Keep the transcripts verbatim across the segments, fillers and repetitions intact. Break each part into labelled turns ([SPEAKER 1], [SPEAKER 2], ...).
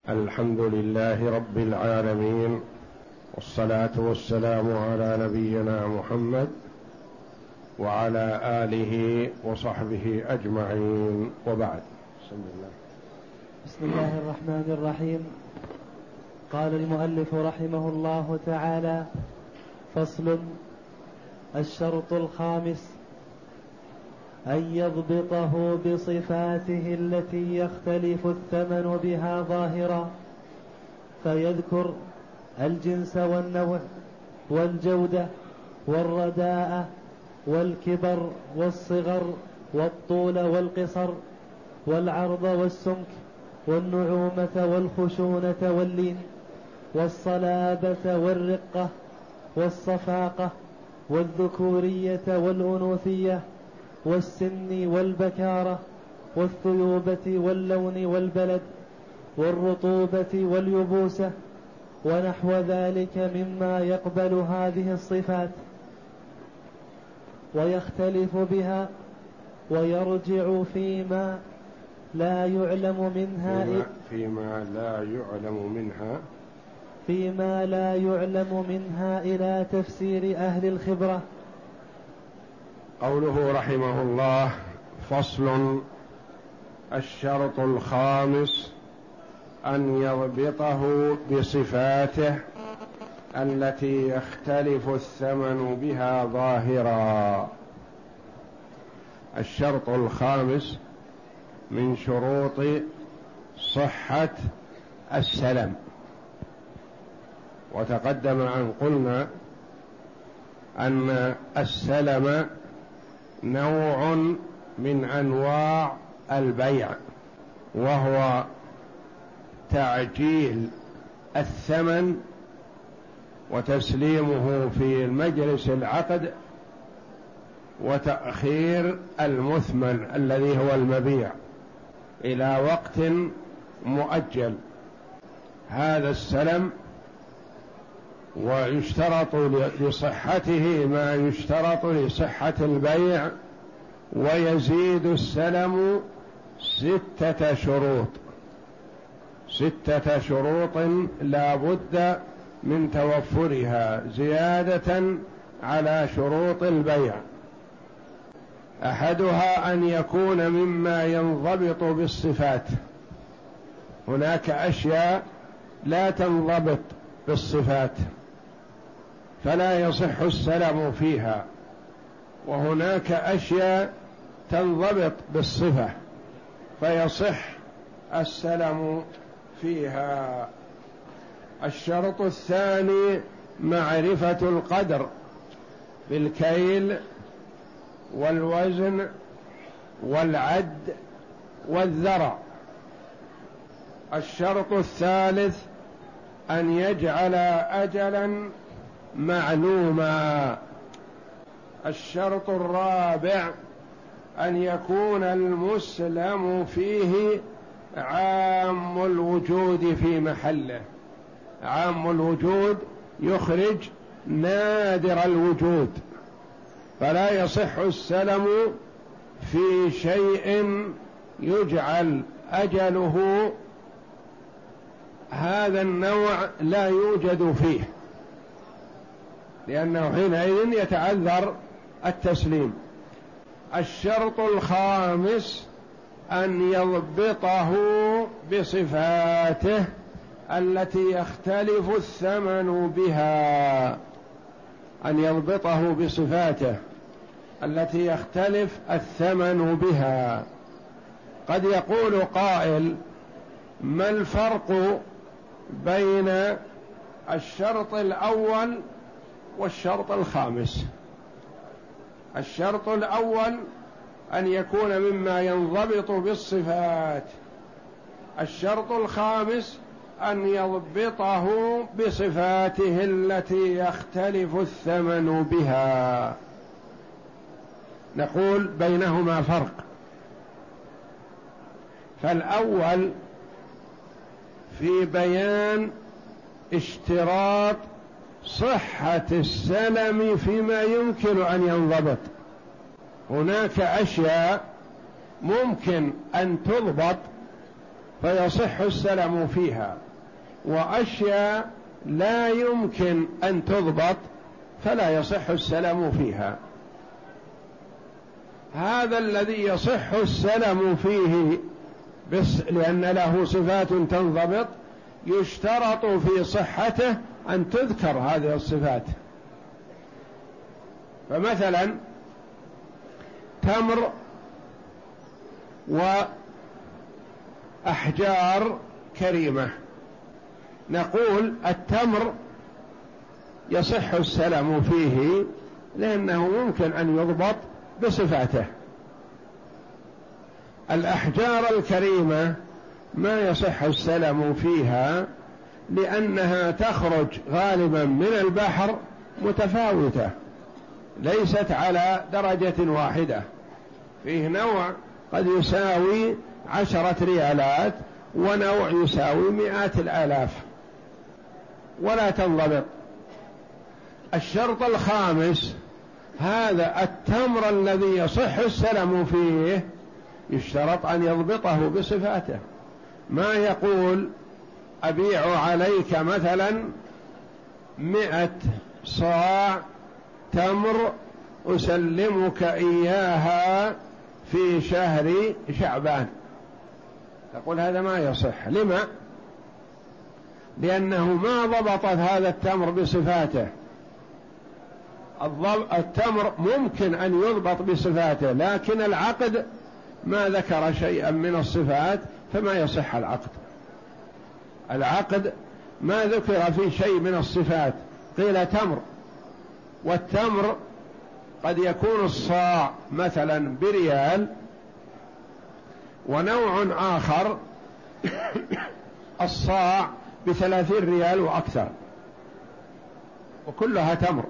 [SPEAKER 1] الحمد لله رب العالمين، والصلاة والسلام على نبينا محمد وعلى آله وصحبه أجمعين، وبعد. بسم الله.
[SPEAKER 2] بسم الله الرحمن الرحيم. قال المؤلف رحمه الله تعالى: فصل. الشرط الخامس أن يضبطه بصفاته التي يختلف الثمن بها ظاهرا، فيذكر الجنس والنوع والجودة والرداءة والكبر والصغر والطول والقصر والعرض والسمك والنعومة والخشونة واللين والصلابة والرقة والصفاقة والذكورية والأنوثية والسن والبكارة والثيوبة واللون والبلد والرطوبة واليبوسة ونحو ذلك مما يقبل هذه الصفات ويختلف بها، ويرجع فيما لا يعلم منها
[SPEAKER 1] فيما, فيما لا يعلم منها
[SPEAKER 2] فيما لا يعلم منها إلى تفسير أهل الخبرة.
[SPEAKER 1] قوله رحمه الله: فصل. الشرط الخامس أن يضبطه بصفاته التي يختلف الثمن بها ظاهرا. الشرط الخامس من شروط صحة السلم، وتقدم أن قلنا أن السلم نوع من أنواع البيع، وهو تعجيل الثمن وتسليمه في مجلس العقد، وتأخير المثمن الذي هو المبيع إلى وقت مؤجل. هذا السلم، ويشترط لصحته ما يشترط لصحة البيع، ويزيد السلم ستة شروط ستة شروط لا بد من توفرها زيادة على شروط البيع. أحدها أن يكون مما ينضبط بالصفات. هناك أشياء لا تنضبط بالصفات فلا يصح السلم فيها، وهناك أشياء تنضبط بالصفة فيصح السلم فيها. الشرط الثاني معرفة القدر بالكيل والوزن والعد والذرع. الشرط الثالث أن يجعل أجلا معلوما. الشرط الرابع أن يكون المسلم فيه عام الوجود في محله. عام الوجود يخرج نادر الوجود، فلا يصح السلم في شيء يجعل أجله هذا النوع لا يوجد فيه، لأنه حينئذ يتعذر التسليم. الشرط الخامس أن يضبطه بصفاته التي يختلف الثمن بها. أن يضبطه بصفاته التي يختلف الثمن بها. قد يقول قائل: ما الفرق بين الشرط الأول والشرط الخامس؟ الشرط الأول أن يكون مما ينضبط بالصفات. الشرط الخامس أن يضبطه بصفاته التي يختلف الثمن بها. نقول بينهما فرق. فالأول في بيان اشتراط صحة السلم فيما يمكن أن ينضبط. هناك أشياء ممكن أن تضبط فيصح السلم فيها، وأشياء لا يمكن أن تضبط فلا يصح السلم فيها. هذا الذي يصح السلم فيه بس لأن له صفات تنضبط يشترط في صحته أن تذكر هذه الصفات. فمثلا تمر وأحجار كريمة، نقول التمر يصح السلم فيه لأنه ممكن أن يضبط بصفاته. الأحجار الكريمة ما يصح السلم فيها لأنها تخرج غالبا من البحر متفاوتة، ليست على درجة واحدة، فيه نوع قد يساوي عشرة ريالات ونوع يساوي مئات الآلاف ولا تنضبط. الشرط الخامس هذا التمر الذي يصح السلم فيه يشترط أن يضبطه بصفاته، ما يقول أبيع عليك مثلا مئة صاع تمر أسلمك إياها في شهر شعبان، تقول هذا ما يصح. لما؟ لأنه ما ضبطت هذا التمر بصفاته. التمر ممكن أن يضبط بصفاته لكن العقد ما ذكر شيئا من الصفات فما يصح العقد. العقد ما ذكر في شيء من الصفات، قيل تمر، والتمر قد يكون الصاع مثلا بريال ونوع آخر الصاع بثلاثين ريال وأكثر وكلها تمر.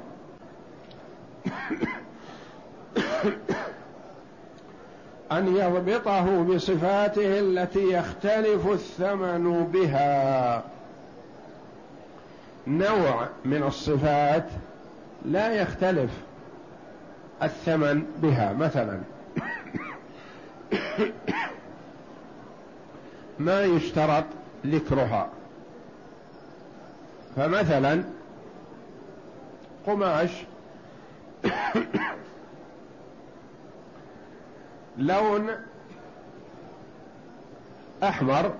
[SPEAKER 1] أن يضبطه بصفاته التي يختلف الثمن بها. نوع من الصفات لا يختلف الثمن بها، مثلا ما يشترط ذكرها، فمثلا قماش لون أحمر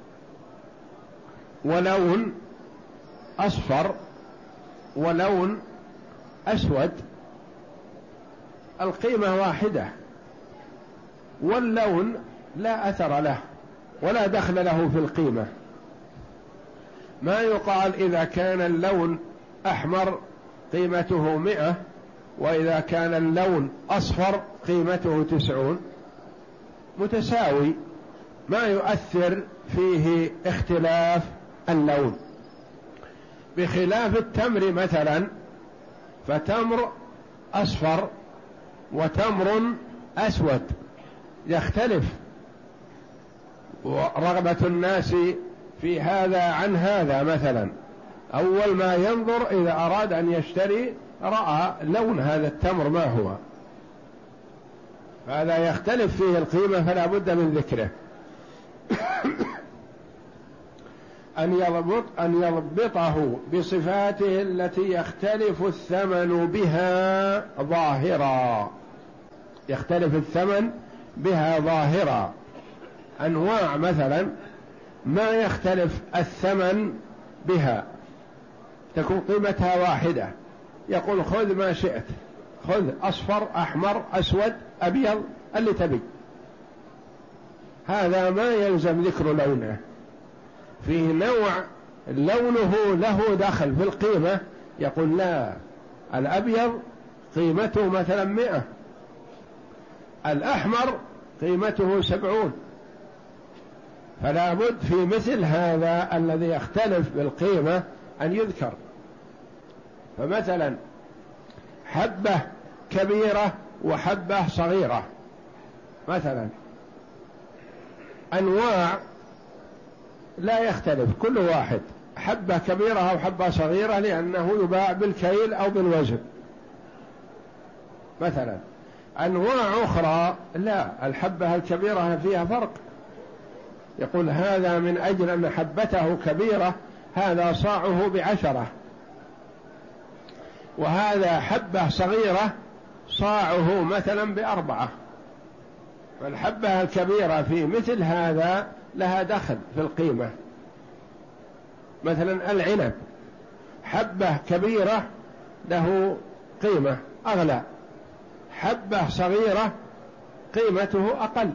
[SPEAKER 1] ولون أصفر ولون أسود، القيمة واحدة واللون لا أثر له ولا دخل له في القيمة. ما يقال إذا كان اللون أحمر قيمته مئة وإذا كان اللون أصفر قيمته تسعون، متساوي، ما يؤثر فيه اختلاف اللون. بخلاف التمر مثلا، فتمر أصفر وتمر أسود يختلف، ورغبة الناس في هذا عن هذا. مثلا أول ما ينظر إذا أراد أن يشتري رأى لون هذا التمر ما هو، هذا يختلف فيه القيمة فلا بد من ذكره. أن يضبط أن يضبطه بصفاته التي يختلف الثمن بها ظاهرا، يختلف الثمن بها ظاهرا. أنواع مثلا ما يختلف الثمن بها، تكون قيمتها واحدة، يقول خذ ما شئت، خذ أصفر أحمر أسود أبيض اللي تبي، هذا ما يلزم ذكر لونه. فيه نوع لونه له دخل في القيمة، يقول لا، الأبيض قيمته مثلا مئة، الأحمر قيمته سبعون، فلا بد في مثل هذا الذي يختلف بالقيمة أن يذكر. فمثلا حبة كبيرة وحبة صغيرة مثلا، أنواع لا يختلف كل واحد، حبة كبيرة أو حبة صغيرة، لأنه يباع بالكيل أو بالوزن مثلا. أنواع أخرى لا، الحبة الكبيرة فيها فرق، يقول هذا من أجل أن حبته كبيرة هذا صاعه بعشرة، وهذا حبة صغيرة صاعه مثلا بأربعة. فالحبة الكبيرة في مثل هذا لها دخل في القيمة. مثلا العنب حبة كبيرة له قيمة أغلى، حبة صغيرة قيمته أقل.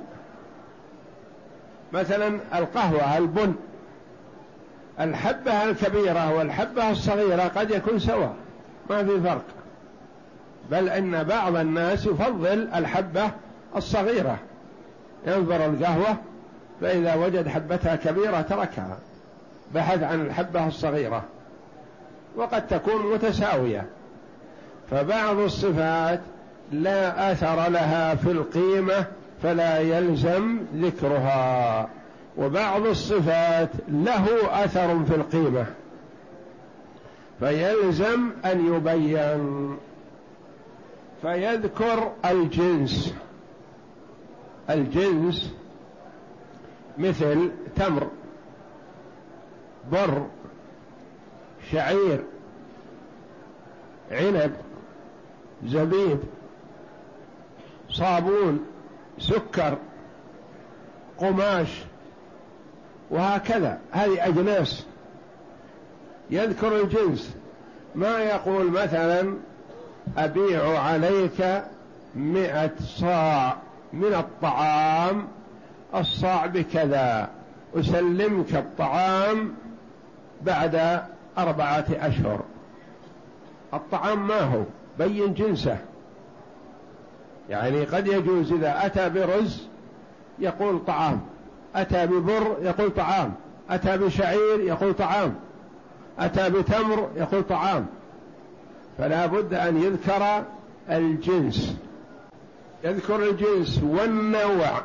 [SPEAKER 1] مثلا القهوة البن، الحبة الكبيرة والحبة الصغيرة قد يكون سواء ما في فرق، بل إن بعض الناس يفضل الحبة الصغيرة، ينظر القهوة فإذا وجد حبتها كبيرة تركها، بحث عن الحبة الصغيرة، وقد تكون متساوية. فبعض الصفات لا أثر لها في القيمة فلا يلزم ذكرها، وبعض الصفات له أثر في القيمة فيلزم أن يبين. فيذكر الجنس، الجنس مثل تمر، بر، شعير، عنب، زبيب، صابون، سكر، قماش، وهكذا. هذه أجناس يذكر الجنس، ما يقول مثلا أبيع عليك مئة صاع من الطعام، الصاع بكذا، أسلمك الطعام بعد أربعة أشهر. الطعام ما هو؟ بين جنسه. يعني قد يجوز إذا أتى برز يقول طعام، أتى ببر يقول طعام، أتى بشعير يقول طعام، أتى بتمر يقول طعام. فلا بد أن يذكر الجنس، يذكر الجنس والنوع،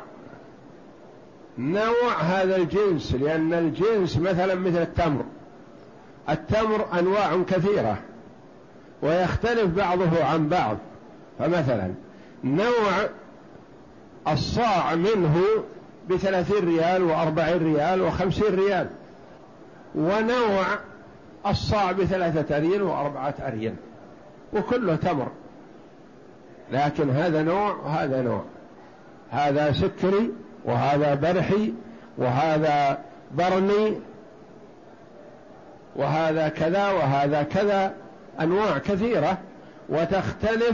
[SPEAKER 1] نوع هذا الجنس، لأن الجنس مثلا مثل التمر، التمر أنواع كثيرة ويختلف بعضه عن بعض. فمثلا نوع الصاع منه بثلاثين ريال وأربعين ريال وخمسين ريال، ونوع الصاع بثلاثة أرين وأربعة أرين، وكله تمر، لكن هذا نوع وهذا نوع، هذا سكري وهذا برحي وهذا برني وهذا كذا وهذا كذا، أنواع كثيرة وتختلف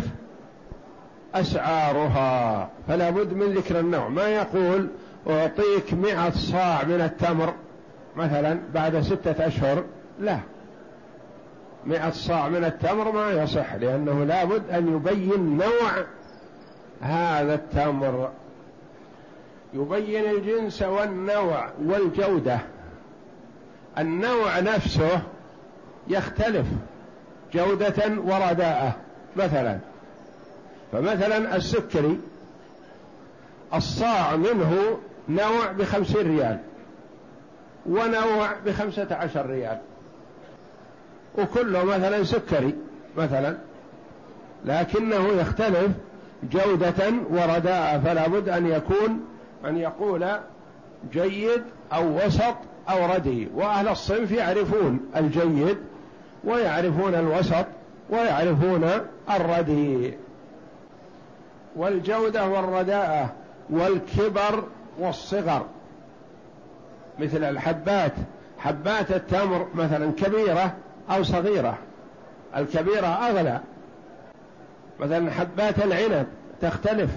[SPEAKER 1] أسعارها. فلا بد من ذكر النوع، ما يقول أعطيك مئة صاع من التمر مثلا بعد ستة أشهر، لا، مئة صاع من التمر ما يصح، لأنه لا بد أن يبين نوع هذا التمر، يبين الجنس والنوع والجودة. النوع نفسه يختلف جودة ورداءة مثلا، فمثلا السكري الصاع منه نوع بخمسين ريال ونوع بخمسة عشر ريال، وكله مثلا سكري مثلا، لكنه يختلف جودة ورداءة. فلا بد أن يكون أن يقول جيد أو وسط أو ردي، وأهل الصنف يعرفون الجيد ويعرفون الوسط ويعرفون الردي. والجودة والرداءة والكبر والصغر، مثل الحبات، حبات التمر مثلا كبيرة أو صغيرة، الكبيرة أغلى. مثلا حبات العنب تختلف،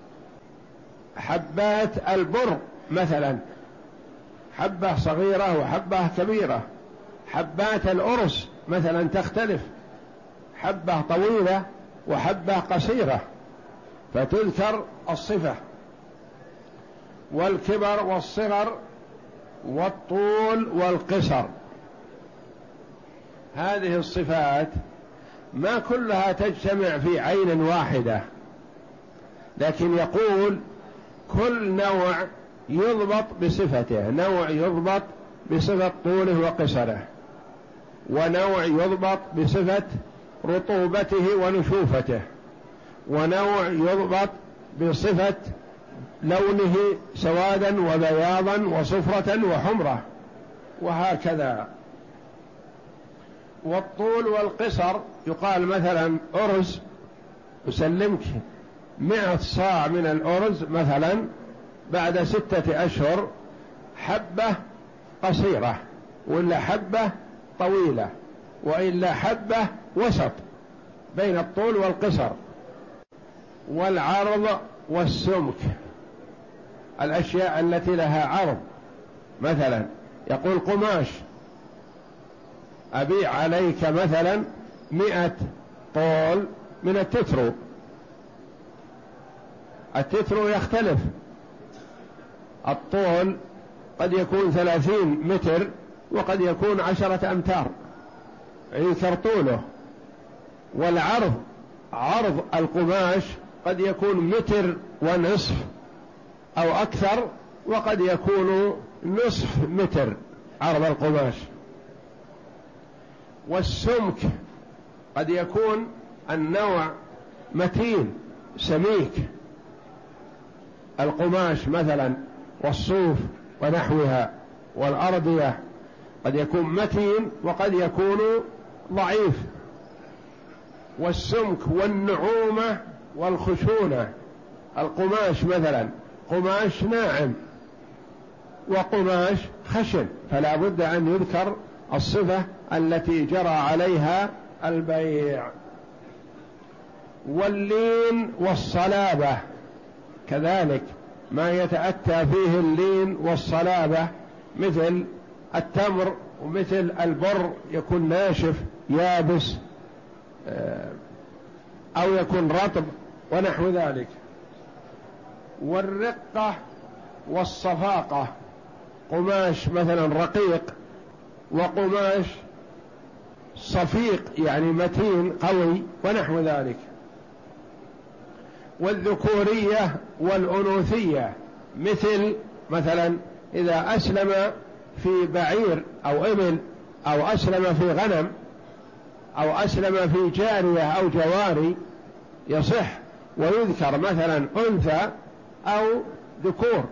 [SPEAKER 1] حبات البر مثلا حبة صغيرة وحبة كبيرة، حبات الأرز مثلا تختلف، حبة طويلة وحبة قصيرة، فتذكر الصفة. والكبر والصغر والطول والقصر، هذه الصفات ما كلها تجتمع في عين واحدة، لكن يقول كل نوع يضبط بصفته، نوع يضبط بصفة طوله وقصره، ونوع يضبط بصفة رطوبته ونشوفته، ونوع يضبط بصفة لونه سوادا وبياضا وصفرة وحمرة وهكذا. والطول والقصر يقال مثلا أرز أسلمك مئة صاع من الأرز مثلا بعد ستة أشهر حبة قصيرة، وإلا حبة طويلة، وإلا حبة وسط بين الطول والقصر. والعرض والسمك الأشياء التي لها عرض، مثلا يقول قماش أبيع عليك مثلا مئة طول من التترو، التترو يختلف، الطول قد يكون ثلاثين متر وقد يكون عشرة أمتار يذكر طوله. والعرض عرض القماش قد يكون متر ونصف أو أكثر، وقد يكون نصف متر عرض القماش. والسمك قد يكون النوع متين سميك، القماش مثلا والصوف ونحوها والأرضية قد يكون متين وقد يكون ضعيف. والسمك والنعومة والخشونة، القماش مثلا قماش ناعم وقماش خشن، فلا بد أن يذكر الصفة التي جرى عليها البيع. واللين والصلابة كذلك ما يتأتى فيه اللين والصلابة، مثل التمر ومثل البر يكون ناشف يابس أو يكون رطب ونحو ذلك. والرقة والصفاقة، قماش مثلا رقيق وقماش صفيق يعني متين قوي ونحو ذلك. والذكورية والأنوثية، مثل مثلا إذا أسلم في بعير أو إبل أو أسلم في غنم أو أسلم في جارية أو جواري يصح ويذكر مثلا أنثى أو ذكور.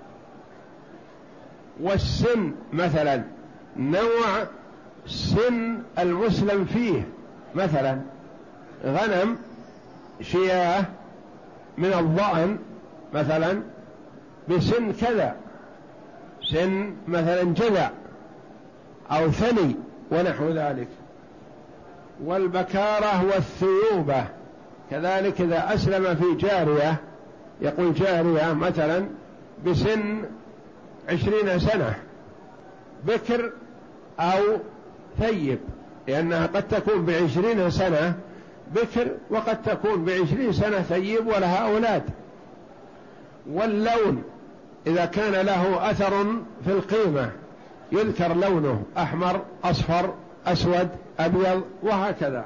[SPEAKER 1] والسن مثلا نوع سن المسلم فيه، مثلا غنم شياه من الضأن مثلا بسن كذا، سن مثلا جذع أو ثني ونحو ذلك. والبكارة والثيوبة كذلك إذا أسلم في جارية، يقول جارية مثلا بسن عشرين سنة بكر أو ثيب، لأنها قد تكون بعشرين سنة بكر وقد تكون بعشرين سنة ثيب ولها أولاد. واللون إذا كان له أثر في القيمة يذكر لونه أحمر أصفر أسود أبيض وهكذا.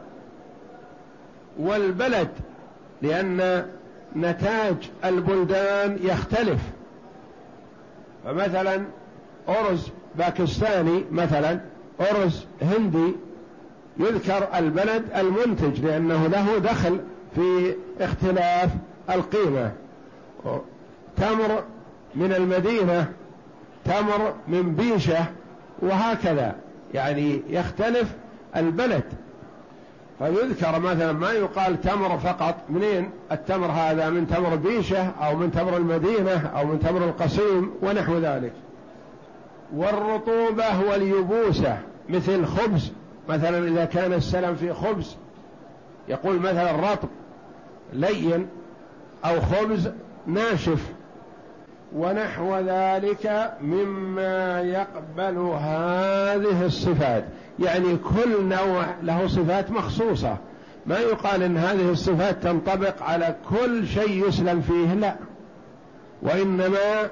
[SPEAKER 1] والبلد لأن نتاج البلدان يختلف، فمثلا أرز باكستاني مثلا أرز هندي يذكر البلد المنتج لأنه له دخل في اختلاف القيمة. تمر من المدينة تمر من بيشة وهكذا، يعني يختلف البلد، فيذكر مثلا ما يقال تمر فقط، منين التمر هذا؟ من تمر بيشة أو من تمر المدينة أو من تمر القصيم ونحو ذلك. والرطوبة واليبوسة مثل خبز مثلا إذا كان السلم في خبز يقول مثلا رطب لين أو خبز ناشف ونحو ذلك مما يقبل هذه الصفات. يعني كل نوع له صفات مخصوصة، ما يقال إن هذه الصفات تنطبق على كل شيء يسلم فيه، لا، وإنما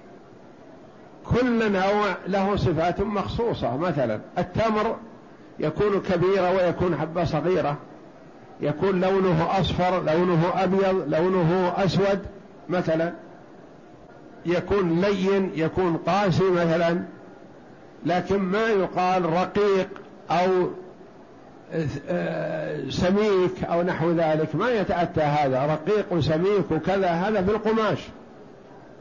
[SPEAKER 1] كل نوع له صفات مخصوصة. مثلا التمر يكون كبيرة ويكون حبة صغيرة، يكون لونه أصفر لونه أبيض لونه أسود مثلا، يكون لين يكون قاسي مثلا، لكن ما يقال رقيق أو سميك أو نحو ذلك، ما يتأتى هذا رقيق وسميك وكذا، هذا في القماش.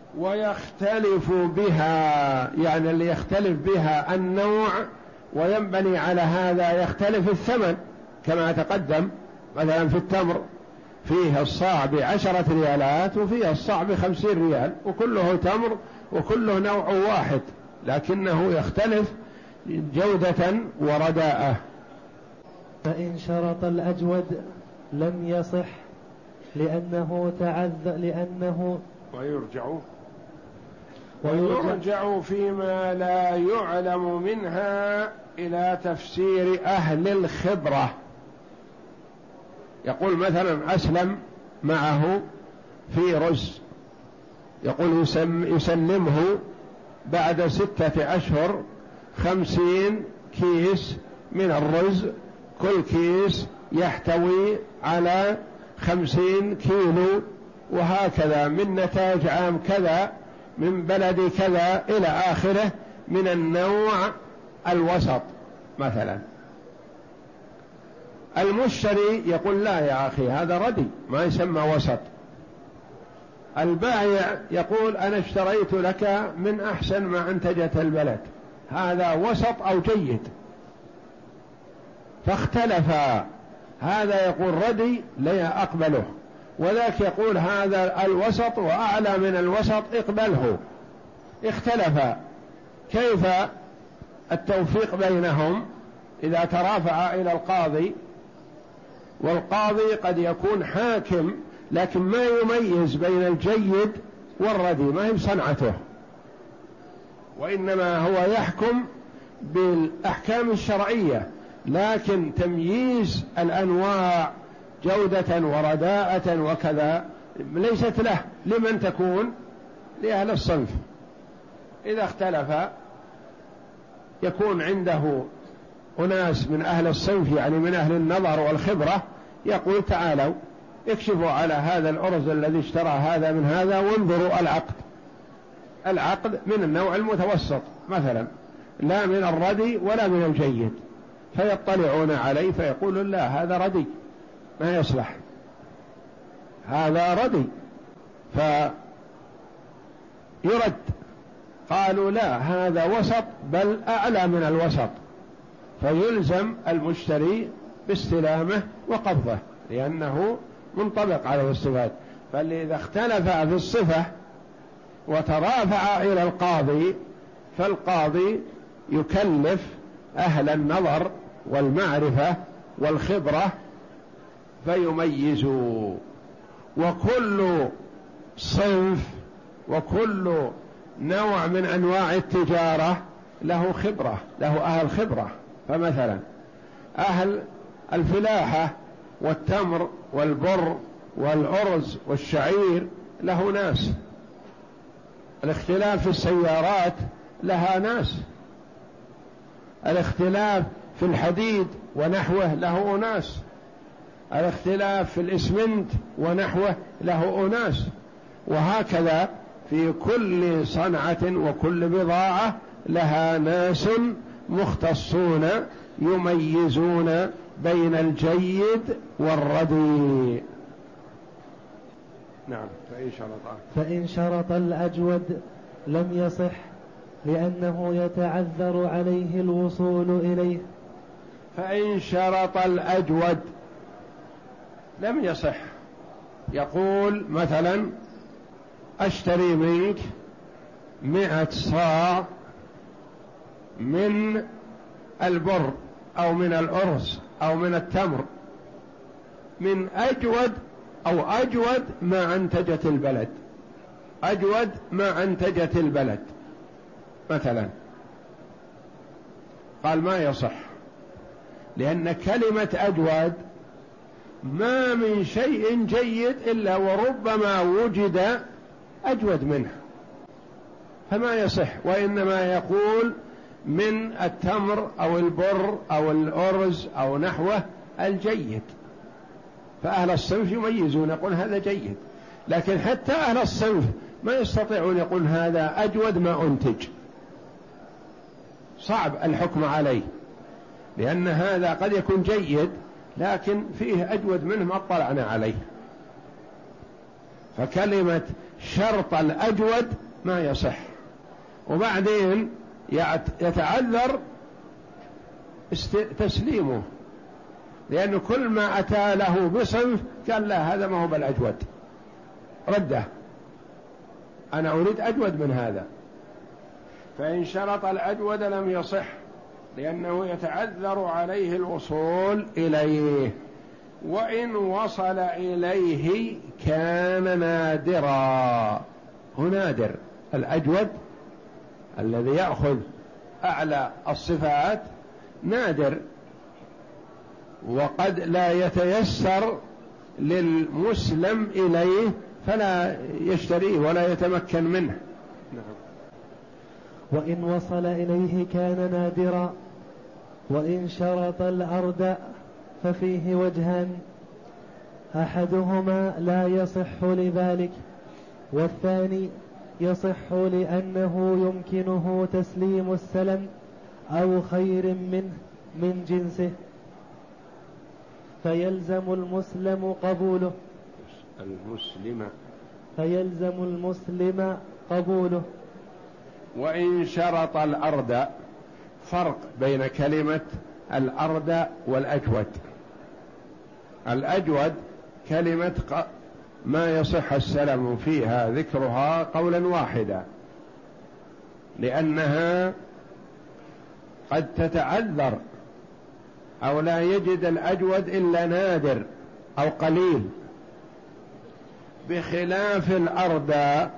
[SPEAKER 1] ويختلف بها، يعني اللي يختلف بها النوع، وينبني على هذا يختلف الثمن كما تقدم. مثلا في التمر فيه الصاع بعشرة ريالات وفيه الصاع بخمسين ريال، وكله تمر وكله نوع واحد، لكنه يختلف جودة ورداءة.
[SPEAKER 2] فإن شرط الأجود لم يصح لأنه تعذر لأنه
[SPEAKER 1] ويرجع ويرجع فيما لا يعلم منها إلى تفسير أهل الخبرة. يقول مثلا أسلم معه في رز، يقول يسلمه بعد ستة أشهر خمسين كيس من الرز، كل كيس يحتوي على خمسين كيلو، وهكذا من نتاج عام كذا من بلد كذا إلى آخره من النوع الوسط مثلا. المشتري يقول لا يا أخي هذا ردي ما يسمى وسط. البائع يقول أنا اشتريت لك من أحسن ما أنتجت البلد، هذا وسط أو جيد. فاختلفا، هذا يقول ردي لا أقبله، وذاك يقول هذا الوسط وأعلى من الوسط اقبله. اختلفا، كيف التوفيق بينهم؟ إذا ترافع إلى القاضي، والقاضي قد يكون حاكم لكن ما يميز بين الجيد والردي، ما هي بصنعته، وإنما هو يحكم بالأحكام الشرعية، لكن تمييز الأنواع جودة ورداءة وكذا ليست له. لمن تكون؟ لأهل الصنف. إذا اختلف يكون عنده أناس من أهل الصنف، يعني من أهل النظر والخبرة، يقول تعالوا اكشفوا على هذا الأرز الذي اشترى هذا من هذا وانظروا العقد. العقد من النوع المتوسط مثلا، لا من الردي ولا من الجيد، فيطلعون عليه فيقولون لا هذا ردي ما يصلح، هذا ردي، فيرد. قالوا لا هذا وسط بل أعلى من الوسط، فيلزم المشتري باستلامه وقبضه لأنه منطبق على الصفات. فإذا اختلف في الصفة وترافع إلى القاضي، فالقاضي يكلف أهل النظر والمعرفة والخبرة فيميزوا. وكل صنف وكل نوع من أنواع التجارة له خبرة، له أهل خبرة. فمثلا أهل الفلاحة والتمر والبر والأرز والشعير له ناس. الاختلاف في السيارات لها ناس. الاختلاف في الحديد ونحوه له أناس. الاختلاف في الإسمنت ونحوه له أناس. وهكذا في كل صنعة وكل بضاعة لها ناس مختصون يميزون بين الجيد والرديء. نعم. فإن شرط
[SPEAKER 2] فإن شرط الأجود لم يصح لأنه يتعذر عليه الوصول إليه.
[SPEAKER 1] فإن شرط الأجود لم يصح. يقول مثلا أشتري منك مئة صاع من البر أو من الأرز أو من التمر من أجود أو أجود ما أنتجت البلد، أجود ما أنتجت البلد مثلا. قال ما يصح، لأن كلمة أجود ما من شيء جيد إلا وربما وجد أجود منه، فما يصح. وإنما يقول من التمر أو البر أو الأرز أو نحوه الجيد، فأهل الصنف يميزون يقول هذا جيد. لكن حتى أهل الصنف ما يستطيعون يقول هذا أجود ما أنتج، صعب الحكم عليه، لأن هذا قد يكون جيد لكن فيه أجود منه ما اطلعنا عليه. فكلمة شرط الأجود ما يصح، وبعدين يتعذر تسليمه، لأنه كل ما أتى له بصنف قال لا هذا ما هو بالأجود، رده، أنا أريد أجود من هذا. فإن شرط الأجود لم يصح، لأنه يتعذر عليه الوصول إليه. وإن وصل إليه كان نادرا، هو نادر الأجود الذي يأخذ أعلى الصفات نادر، وقد لا يتيسر للمسلم إليه فلا يشتريه ولا يتمكن منه.
[SPEAKER 2] نعم. وإن وصل إليه كان نادرا. وإن شرط الأرض ففيه وجهان، أحدهما لا يصح لذلك، والثاني يصح لأنه يمكنه تسليم السلم أو خير منه من جنسه، فيلزم المسلم قبوله
[SPEAKER 1] المسلم
[SPEAKER 2] فيلزم المسلم قبوله.
[SPEAKER 1] وإن شرط الأرض، فرق بين كلمة الأرض والأجود. الأجود كلمة ما يصح السلم فيها ذكرها قولا واحدا، لأنها قد تتعذر أو لا يجد الأجود إلا نادر أو قليل، بخلاف الأرض.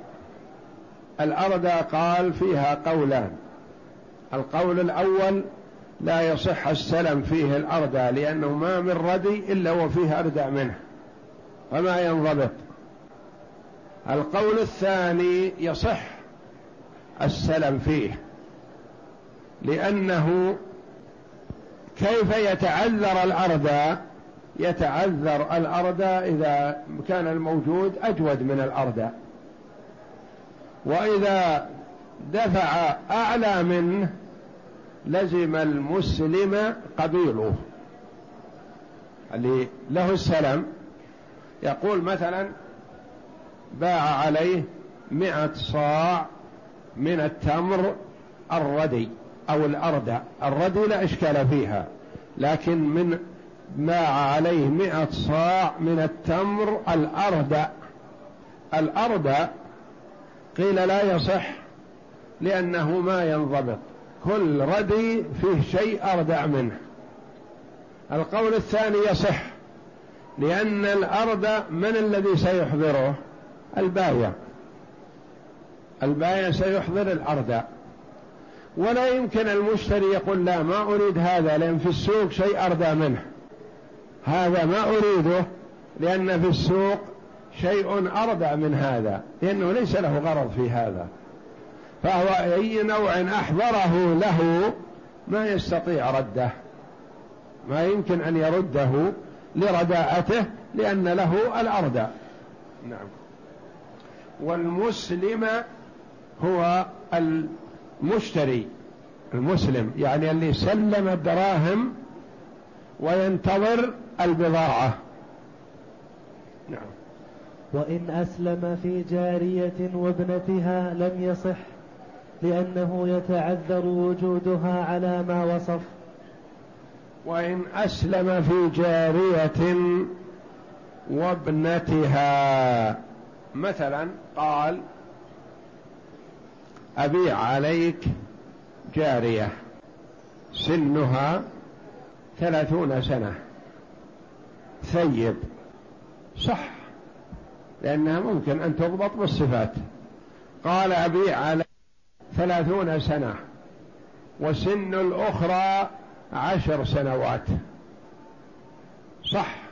[SPEAKER 1] الأرض قال فيها قولان، القول الأول لا يصح السلم فيه الأرض لأنه ما من ردي إلا وفيه أردع منه وما ينضبط. القول الثاني يصح السلم فيه، لأنه كيف يتعذر الأرض؟ يتعذر الأرض إذا كان الموجود أجود من الأرض، وإذا دفع أعلى منه لزم المسلم قبيله اللي له السلم. يقول مثلا باع عليه مئة صاع من التمر الردي أو الأردى، الردي لا إشكال فيها، لكن من باع عليه مئة صاع من التمر الأردى. الأردى قيل لا يصح لأنه ما ينضبط، كل ردي فيه شيء أردع منه. القول الثاني يصح، لأن الأرض من الذي سيحضره؟ البايع، البايع سيحضر الأرض، ولا يمكن المشتري يقول لا ما أريد هذا لأن في السوق شيء أردى منه، هذا ما أريده لأن في السوق شيء أردى من هذا، لأنه ليس له غرض في هذا، فهو أي نوع أحضره له ما يستطيع رده، ما يمكن أن يرده لرداءته لأن له الأردى. نعم. والمسلم هو المشتري، المسلم يعني اللي سلم الدراهم وينتظر البضاعة. نعم.
[SPEAKER 2] وإن أسلم في جارية وابنتها لم يصح، لأنه يتعذر وجودها على ما وصف.
[SPEAKER 1] وإن أسلم في جارية وابنتها، مثلا قال أبيع عليك جارية سنها ثلاثون سنة ثيب، صح لأنها ممكن أن تضبط بالصفات. قال أبيع عليك ثلاثون سنة وسن الأخرى عشر سنوات، صح،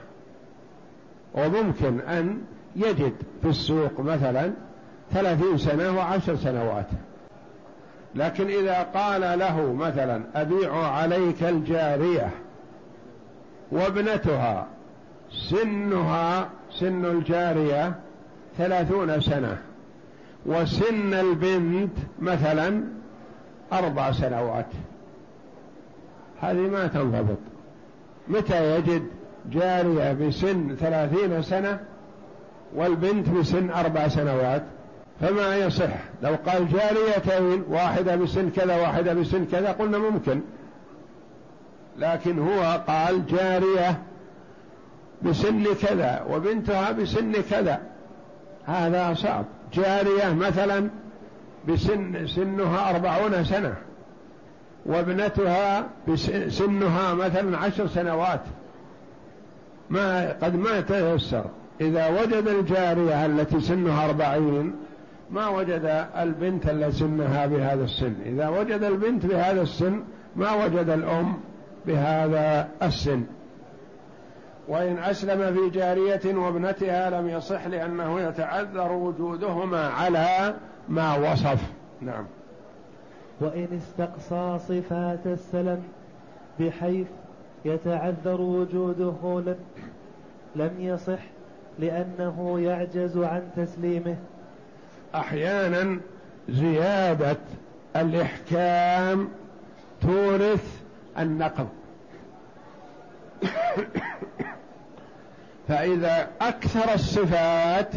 [SPEAKER 1] وممكن أن يجد في السوق مثلا ثلاثين سنة وعشر سنوات. لكن إذا قال له مثلا أبيع عليك الجارية وابنتها سنها سن الجارية ثلاثون سنة وسن البنت مثلا أربع سنوات، هذه ما تنضبط. متى يجد جارية بسن ثلاثين سنة والبنت بسن أربع سنوات؟ فما يصح. لو قال جاريتين واحدة بسن كذا واحدة بسن كذا قلنا ممكن، لكن هو قال جارية بسن كذا وبنتها بسن كذا، هذا صعب. جارية مثلا بسن سنها أربعون سنة وابنتها سنها مثلا عشر سنوات، ما قد ما تيسر. إذا وجد الجارية التي سنها أربعين ما وجد البنت التي سنها بهذا السن، إذا وجد البنت بهذا السن ما وجد الأم بهذا السن. وإن أسلم في جارية وابنتها لم يصح لأنه يتعذر وجودهما على ما وصف. نعم.
[SPEAKER 2] وإن استقصى صفات السلم بحيث يتعذر وجوده لم, لم يصح لأنه يعجز عن تسليمه.
[SPEAKER 1] أحيانا زيادة الإحكام تورث النقض، فإذا أكثر الصفات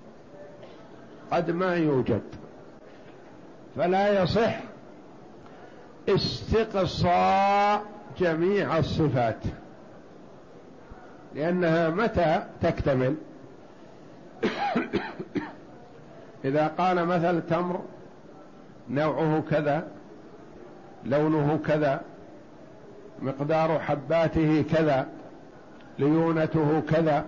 [SPEAKER 1] قد ما يوجد، فلا يصح استقصاء جميع الصفات، لأنها متى تكتمل؟ إذا قال مثل تمر نوعه كذا، لونه كذا، مقدار حباته كذا، ليونته كذا،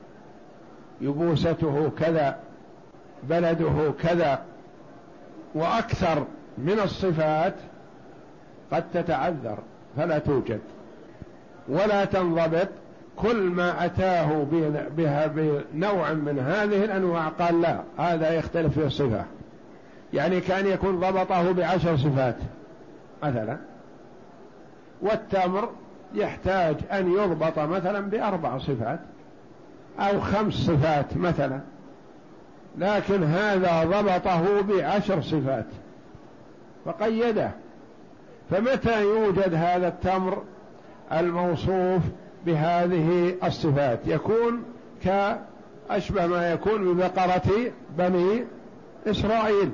[SPEAKER 1] يبوسته كذا، بلده كذا، وأكثر من الصفات قد تتعذر فلا توجد ولا تنضبط. كل ما أتاه بها بنوع من هذه الأنواع قال لا، هذا يختلف في الصفة. يعني كان يكون ضبطه بعشر صفات مثلا، والتمر يحتاج أن يضبط مثلا بأربع صفات أو خمس صفات مثلا، لكن هذا ضبطه بعشر صفات فقيده. فمتى يوجد هذا التمر الموصوف بهذه الصفات؟ يكون كأشبه ما يكون ببقرة بني إسرائيل،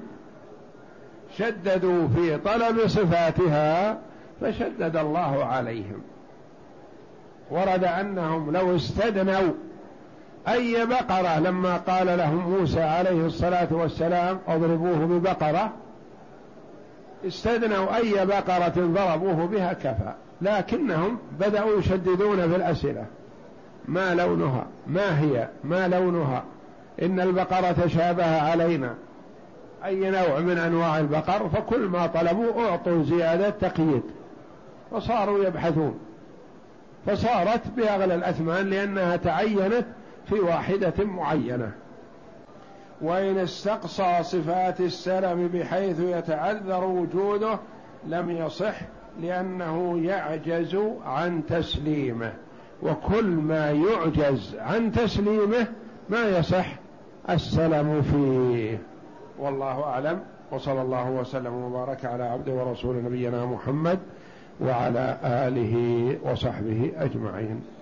[SPEAKER 1] شددوا في طلب صفاتها فشدد الله عليهم. ورد أنهم لو استدنوا أي بقرة لما قال لهم موسى عليه الصلاة والسلام اضربوه ببقرة، استدنوا أي بقرة ضربوه بها كفى، لكنهم بدأوا يشددون في الأسئلة: ما لونها؟ ما هي؟ ما لونها؟ إن البقرة تشابه علينا، أي نوع من أنواع البقر؟ فكل ما طلبوا أعطوا زيادة تقييد، وصاروا يبحثون، فصارت بأغلى الأثمان لأنها تعينت في واحدة معينة. وإن استقصى صفات السلم بحيث يتعذر وجوده لم يصح لأنه يعجز عن تسليمه، وكل ما يعجز عن تسليمه ما يصح السلم فيه. والله أعلم، وصلى الله وسلم وبارك على عبده ورسول نبينا محمد وعلى آله وصحبه أجمعين.